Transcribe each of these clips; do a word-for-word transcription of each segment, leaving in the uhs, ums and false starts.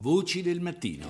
Voci del mattino.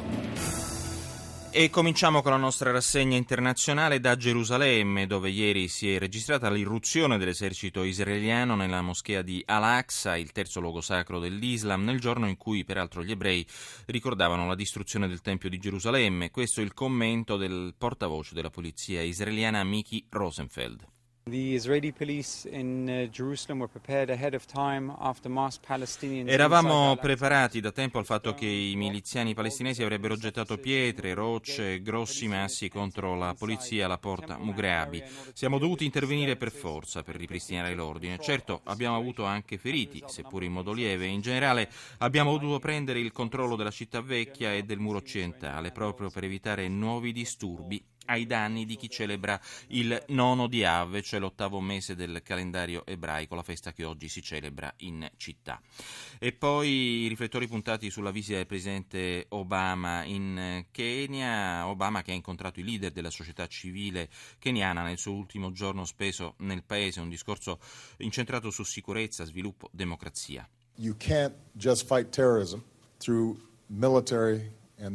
E cominciamo con la nostra rassegna internazionale da Gerusalemme, dove ieri si è registrata l'irruzione dell'esercito israeliano nella moschea di Al-Aqsa, il terzo luogo sacro dell'Islam, nel giorno in cui peraltro gli ebrei ricordavano la distruzione del Tempio di Gerusalemme. Questo è il commento del portavoce della polizia israeliana Miki Rosenfeld. The Israeli police in uh, Jerusalem were prepared ahead of time after masked Palestinians. Eravamo preparati da tempo al fatto che i miliziani palestinesi avrebbero gettato pietre, rocce e grossi massi contro la polizia alla porta Mughrabi. Siamo dovuti intervenire per forza per ripristinare l'ordine. Certo, abbiamo avuto anche feriti, seppur in modo lieve. In generale abbiamo dovuto prendere il controllo della città vecchia e del muro occidentale, proprio per evitare nuovi disturbi ai danni di chi celebra il nono di Av, cioè l'ottavo mese del calendario ebraico, la festa che oggi si celebra in città. E poi i riflettori puntati sulla visita del presidente Obama in Kenya, Obama che ha incontrato i leader della società civile keniana nel suo ultimo giorno speso nel paese, un discorso incentrato su sicurezza, sviluppo, democrazia. You can't just fight terrorism through military.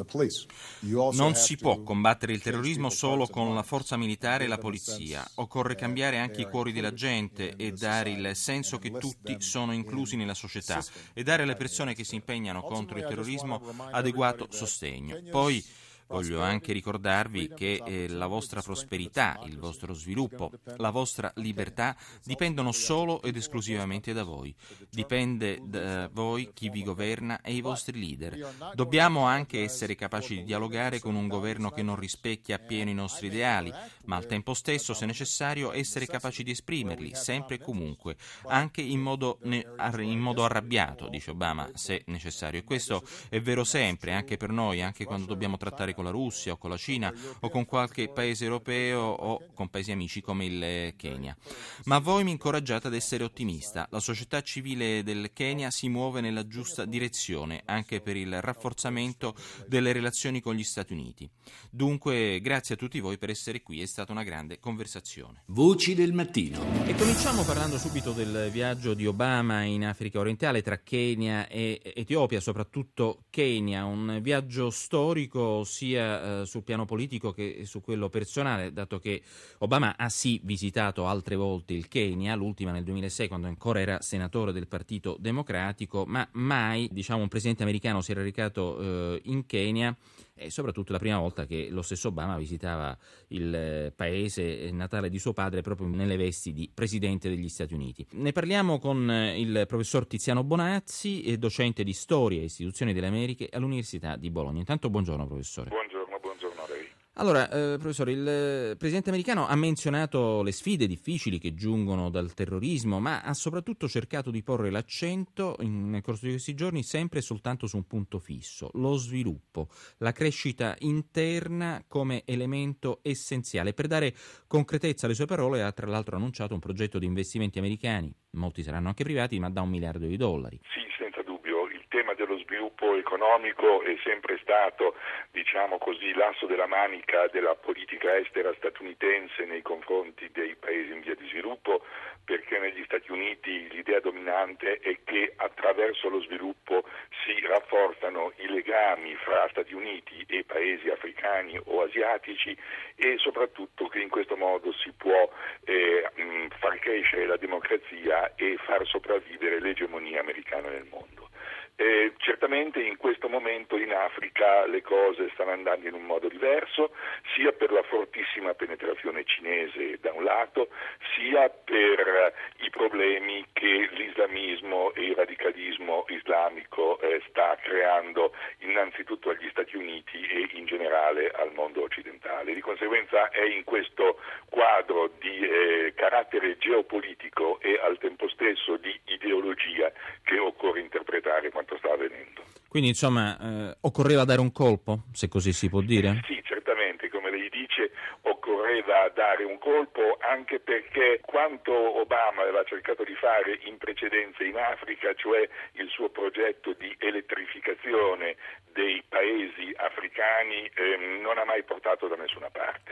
Non si può combattere il terrorismo solo con la forza militare e la polizia. Occorre cambiare anche i cuori della gente e dare il senso che tutti sono inclusi nella società e dare alle persone che si impegnano contro il terrorismo adeguato sostegno. Poi voglio anche ricordarvi che eh, la vostra prosperità, il vostro sviluppo, la vostra libertà dipendono solo ed esclusivamente da voi. Dipende da voi chi vi governa e i vostri leader. Dobbiamo anche essere capaci di dialogare con un governo che non rispecchia appieno i nostri ideali, ma al tempo stesso, se necessario, essere capaci di esprimerli, sempre e comunque, anche in modo, ne- in modo arrabbiato, dice Obama, se necessario. E questo è vero sempre, anche per noi, anche quando dobbiamo trattare con la Russia o con la Cina o con qualche paese europeo o con paesi amici come il Kenya. Ma voi mi incoraggiate ad essere ottimista. La società civile del Kenya si muove nella giusta direzione anche per il rafforzamento delle relazioni con gli Stati Uniti. Dunque, grazie a tutti voi per essere qui, è stata una grande conversazione. Voci del mattino. E cominciamo parlando subito del viaggio di Obama in Africa orientale tra Kenya e Etiopia, soprattutto Kenya, un viaggio storico sia sia eh, sul piano politico che su quello personale, dato che Obama ha sì visitato altre volte il Kenya, l'ultima nel duemilasei quando ancora era senatore del Partito Democratico, ma mai diciamo un presidente americano si era recato eh, in Kenya, e soprattutto la prima volta che lo stesso Obama visitava il paese natale di suo padre proprio nelle vesti di presidente degli Stati Uniti. Ne parliamo con il professor Tiziano Bonazzi, docente di storia e istituzioni delle Americhe all'Università di Bologna. Intanto buongiorno professore. Buongiorno, buongiorno a lei. Allora, eh, professore, il presidente americano ha menzionato le sfide difficili che giungono dal terrorismo, ma ha soprattutto cercato di porre l'accento in, nel corso di questi giorni sempre e soltanto su un punto fisso, lo sviluppo, la crescita interna come elemento essenziale. Per dare concretezza alle sue parole ha tra l'altro annunciato un progetto di investimenti americani, molti saranno anche privati, ma da un miliardo di dollari. Sì, senza dubbio. Il tema dello sviluppo economico è sempre stato, diciamo così, l'asso della manica della politica estera statunitense nei confronti dei paesi in via di sviluppo, perché negli Stati Uniti l'idea dominante è che attraverso lo sviluppo si rafforzano i legami fra Stati Uniti e paesi africani o asiatici e soprattutto che in questo modo si può eh, far crescere la democrazia e far sopravvivere l'egemonia americana nel mondo. Eh, certamente in questo momento in Africa le cose stanno andando in un modo diverso, sia per la fortissima penetrazione cinese da un lato, sia per i problemi che l'islamismo e il radicalismo islamico eh, sta creando innanzitutto agli Stati Uniti e in generale al mondo occidentale. Di conseguenza è in questo quadro di eh, carattere geopolitico e al tempo stesso di ideologia che occorre interpretare quanto sta avvenendo. Quindi insomma eh, occorreva dare un colpo, se così si può dire? Sì, certamente, come lei dice, occorreva dare un colpo anche perché quanto Obama aveva cercato di fare in precedenza in Africa, cioè il suo progetto di elettrificazione dei paesi africani, ehm, non ha mai portato da nessuna parte.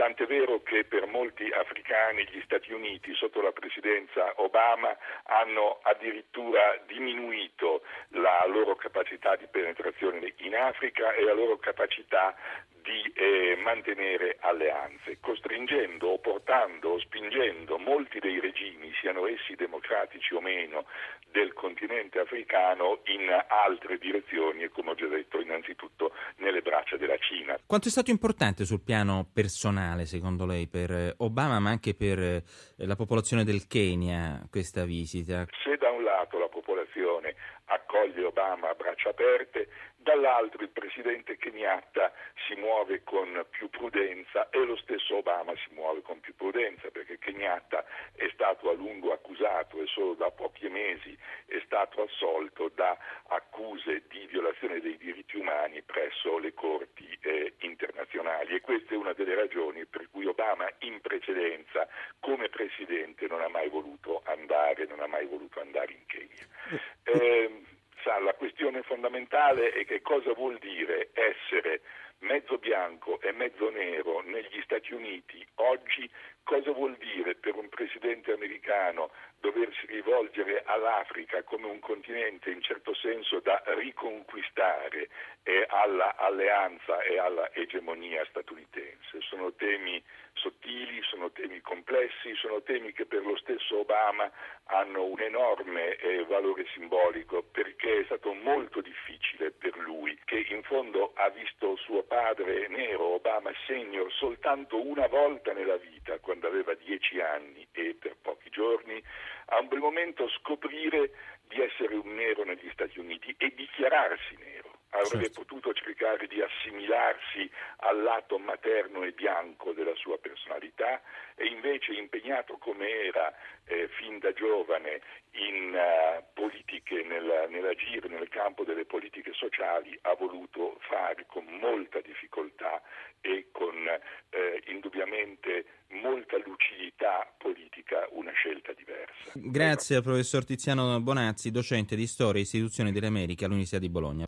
tant'è vero che per molti africani gli Stati Uniti sotto la presidenza Obama hanno addirittura diminuito la loro capacità di penetrazione in Africa e la loro capacità di eh, mantenere alleanze, costringendo o portando o spingendo molti dei regimi, siano essi democratici o meno, del continente africano in altre direzioni e, come ho già detto, innanzitutto nelle braccia della Cina. Quanto è stato importante sul piano personale, secondo lei, per Obama ma anche per la popolazione del Kenya questa visita? Se da un lato la popolazione accoglie Obama a braccia aperte, dall'altro il presidente Kenyatta si muove con più prudenza e lo stesso Obama si muove con più prudenza, perché Kenyatta è stato a lungo accusato e solo da pochi mesi è stato assolto da accuse di violazione dei diritti umani presso le corti eh, internazionali, e questa è una delle ragioni per cui Obama in precedenza come presidente non ha mai voluto andare, non ha mai voluto andare in Kenya. Eh, sa, la questione fondamentale è che cosa vuol dire essere mezzo bianco e mezzo nero negli Stati Uniti oggi, cosa vuol dire per un presidente americano doversi rivolgere all'Africa come un continente in certo senso da riconquistare e alla alleanza e alla egemonia statunitense. Sono temi sottili, sono temi complessi, sono temi che per lo stesso Obama hanno un enorme eh, valore simbolico, perché è stato molto difficile per lui, che in fondo ha visto suo padre nero, Obama senior, soltanto una volta nella vita, quando aveva dieci anni e per pochi giorni, a un bel momento scoprire di essere un nero negli Stati Uniti e dichiararsi nero. Avrebbe certo. potuto cercare di assimilarsi al lato materno e bianco della sua personalità, e invece, impegnato come era eh, fin da giovane in uh, politiche, nel, nell'agire nel campo delle politiche sociali, ha voluto fare con molta difficoltà e con eh, indubbiamente molta lucidità politica una scelta diversa. Grazie al professor Tiziano Bonazzi, docente di Storia e Istituzioni dell'America all'Università di Bologna.